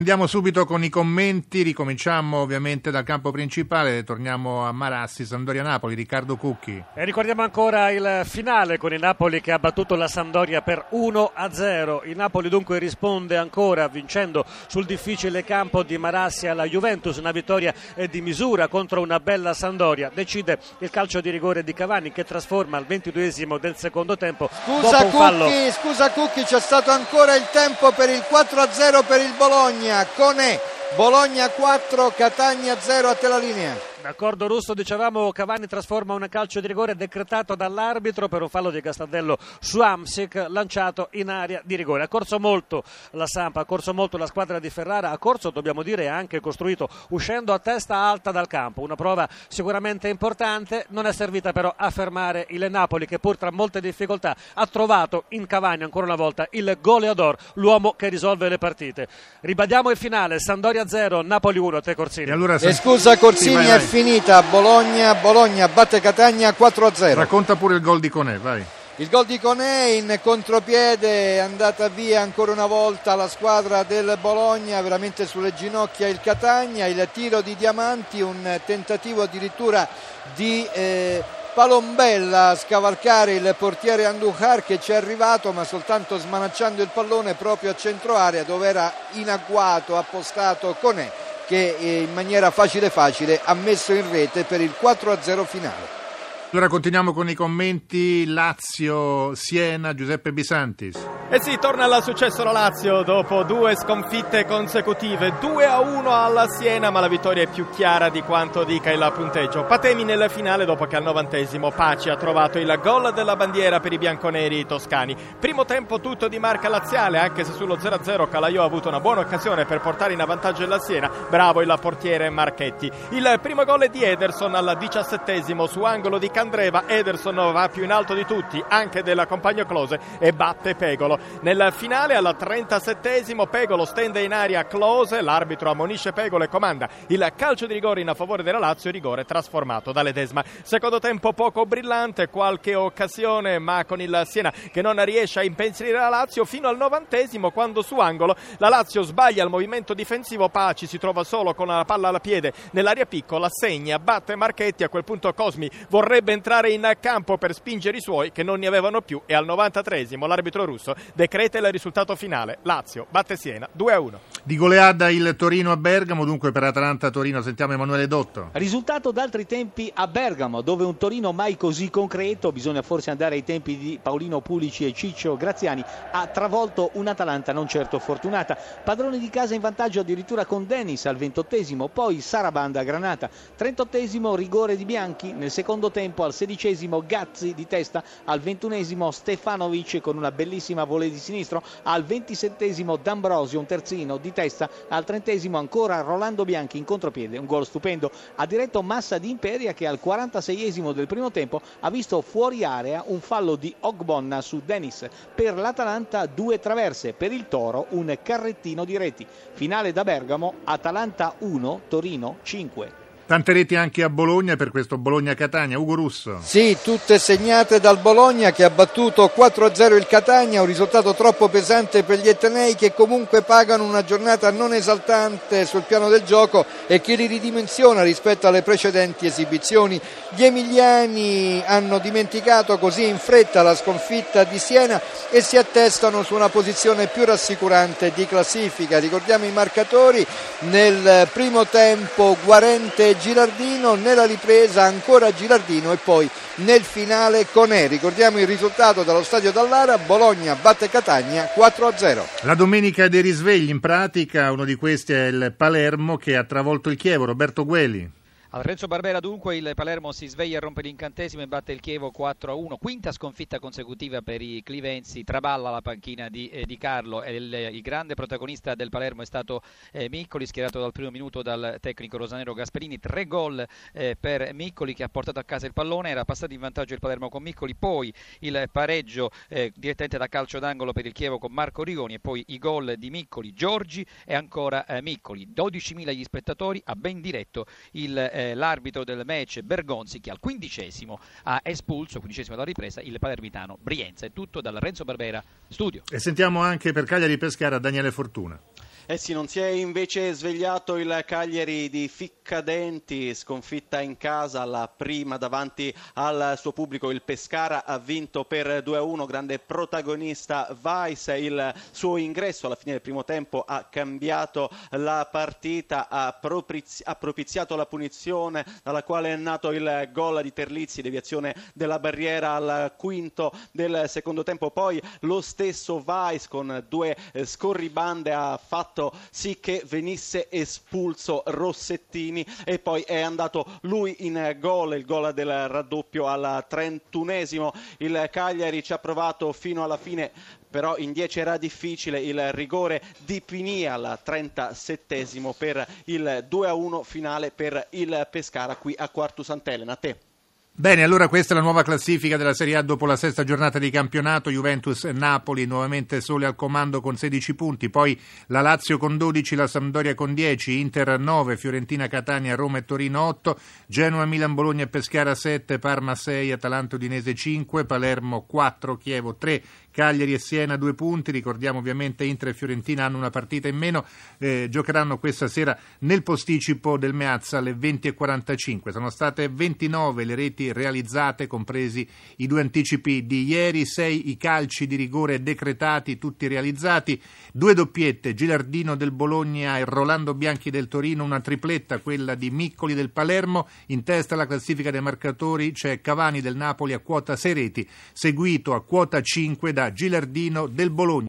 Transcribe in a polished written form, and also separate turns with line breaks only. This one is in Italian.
Andiamo subito con i commenti, ricominciamo ovviamente dal campo principale, torniamo a Marassi, Sampdoria-Napoli, Riccardo Cucchi.
E ricordiamo ancora il finale con il Napoli che ha battuto la Sampdoria per 1-0. Il Napoli dunque risponde ancora vincendo sul difficile campo di Marassi alla Juventus, una vittoria di misura contro una bella Sampdoria. Decide il calcio di rigore di Cavani che trasforma al 22esimo del secondo tempo.
Scusa Cucchi, c'è stato ancora il tempo per il 4-0 per il Bologna. Bologna 4, Catania 0, a te la linea.
D'accordo Russo, dicevamo Cavani trasforma un calcio di rigore decretato dall'arbitro per un fallo di Castaldello su Hamsik lanciato in area di rigore. Ha corso molto la Samp, ha corso molto la squadra di Ferrara, ha corso, dobbiamo dire, anche costruito uscendo a testa alta dal campo, una prova sicuramente importante, non è servita però a fermare il Napoli che pur tra molte difficoltà ha trovato in Cavani ancora una volta il goleador, l'uomo che risolve le partite. Ribadiamo il finale, Sampdoria 0, Napoli 1, a te Corsini.
E allora,
scusa Corsini,
vai.
È finita, Bologna batte Catania 4-0.
Racconta pure il gol di Conè, vai.
Il gol di Conè in contropiede, è andata via ancora una volta la squadra del Bologna, veramente sulle ginocchia il Catania, il tiro di Diamanti, un tentativo addirittura di Palombella a scavalcare il portiere Andujar che ci è arrivato ma soltanto smanacciando il pallone proprio a centro area dove era in agguato appostato Conè, che in maniera facile ha messo in rete per il 4-0 finale.
Allora continuiamo con i commenti. Lazio-Siena, Giuseppe Bisantis.
Sì, torna al successo la Lazio dopo 2 sconfitte consecutive, 2-1 alla Siena, ma la vittoria è più chiara di quanto dica il punteggio. Patemi nel finale dopo che al 90esimo Paci ha trovato il gol della bandiera per i bianconeri toscani. Primo tempo tutto di marca laziale, anche se sullo 0-0 Calaiò ha avuto una buona occasione per portare in avvantaggio la Siena, bravo il portiere Marchetti. Il primo gol è di Ederson al 17esimo su angolo di Candreva. Ederson va più in alto di tutti, anche del compagno Klose, e batte Pegolo. Nel finale al 37esimo Pegolo stende in aria Klose, l'arbitro ammonisce Pegolo e comanda il calcio di rigore in favore della Lazio, rigore trasformato da Ledesma. Secondo tempo poco brillante, qualche occasione ma con il Siena che non riesce a impensierire la Lazio fino al 90esimo quando su angolo la Lazio sbaglia il movimento difensivo, Paci si trova solo con la palla alla piede nell'area piccola, segna, batte Marchetti, a quel punto Cosmi vorrebbe entrare in campo per spingere i suoi che non ne avevano più e al 93esimo l'arbitro russo decreta il risultato finale, Lazio batte Siena 2-1.
Di goleada il Torino a Bergamo, dunque per Atalanta-Torino sentiamo Emanuele Dotto.
Risultato d'altri tempi a Bergamo, dove un Torino mai così concreto, bisogna forse andare ai tempi di Paolino Pulici e Ciccio Graziani, ha travolto un'Atalanta non certo fortunata. Padrone di casa in vantaggio addirittura con Dennis al 28esimo, poi Sarabanda a Granata, 38esimo rigore di Bianchi, nel secondo tempo al 16esimo Gazzi di testa, al 21esimo Stefanovic con una bellissima volée di sinistro, al 27esimo D'Ambrosio un terzino di testa, al 30esimo ancora Rolando Bianchi in contropiede, un gol stupendo. Ha diretto Massa di Imperia che al 46esimo del primo tempo ha visto fuori area un fallo di Ogbonna su Dennis. Per l'Atalanta 2 traverse, per il Toro un carrettino di reti. Finale da Bergamo, Atalanta 1, Torino 5.
Tante reti anche a Bologna per questo Bologna-Catania. Ugo Russo.
Sì, tutte segnate dal Bologna che ha battuto 4-0 il Catania, un risultato troppo pesante per gli etnei che comunque pagano una giornata non esaltante sul piano del gioco e che li ridimensiona rispetto alle precedenti esibizioni. Gli emiliani hanno dimenticato così in fretta la sconfitta di Siena e si attestano su una posizione più rassicurante di classifica. Ricordiamo i marcatori: nel primo tempo Guarente Gilardino, nella ripresa ancora Gilardino e poi nel finale Conè. Ricordiamo il risultato dallo stadio Dallara: Bologna batte Catania 4-0.
La domenica dei risvegli, in pratica uno di questi è il Palermo che ha travolto il Chievo. Roberto Gueli.
Al Renzo Barbera dunque il Palermo si sveglia e rompe l'incantesimo e batte il Chievo 4-1, quinta sconfitta consecutiva per i clivenzi, traballa la panchina di Carlo e il grande protagonista del Palermo è stato Miccoli, schierato dal primo minuto dal tecnico rosanero Gasperini. 3 gol per Miccoli che ha portato a casa il pallone, era passato in vantaggio il Palermo con Miccoli, poi il pareggio direttamente da calcio d'angolo per il Chievo con Marco Rigoni e poi i gol di Miccoli, Giorgi e ancora Miccoli. 12.000 gli spettatori, ha ben diretto l'arbitro del match Bergonzi che al 15esimo ha espulso, 15esimo alla ripresa, il palermitano Brienza. È tutto dal Renzo Barbera studio.
E sentiamo anche per Cagliari Pescara Daniele Fortuna.
Eh sì, non si è invece svegliato il Cagliari di Ficcadenti, sconfitta in casa alla prima davanti al suo pubblico. Il Pescara ha vinto per 2-1, grande protagonista Weiss, il suo ingresso alla fine del primo tempo ha cambiato la partita, ha propiziato la punizione dalla quale è nato il gol di Terlizzi, deviazione della barriera al quinto del secondo tempo. Poi lo stesso Weiss con due scorribande ha fatto sì che venisse espulso Rossettini e poi è andato lui in gol, il gol del raddoppio al 31esimo. Il Cagliari ci ha provato fino alla fine, però in 10 era difficile. Il rigore di Pini al 37esimo per il 2-1 finale per il Pescara qui a Quartu Sant'Elena. A te.
Bene, allora questa è la nuova classifica della Serie A dopo la sesta giornata di campionato. Juventus Napoli nuovamente sole al comando con 16 punti, poi la Lazio con 12, la Sampdoria con 10, Inter 9, Fiorentina Catania, Roma e Torino 8, Genoa Milan Bologna e Pescara 7, Parma 6, Atalanta Udinese 5, Palermo 4, Chievo 3, Cagliari e Siena 2 punti. Ricordiamo ovviamente Inter e Fiorentina hanno una partita in meno, giocheranno questa sera nel posticipo del Meazza alle 20:45. Sono state 29 le reti realizzate, compresi i 2 anticipi di ieri, 6 i calci di rigore decretati, tutti realizzati, 2 doppiette, Gilardino del Bologna e Rolando Bianchi del Torino, una tripletta, quella di Miccoli del Palermo. In testa alla classifica dei marcatori c'è Cavani del Napoli a quota 6 reti, seguito a quota 5 da Gilardino del Bologna.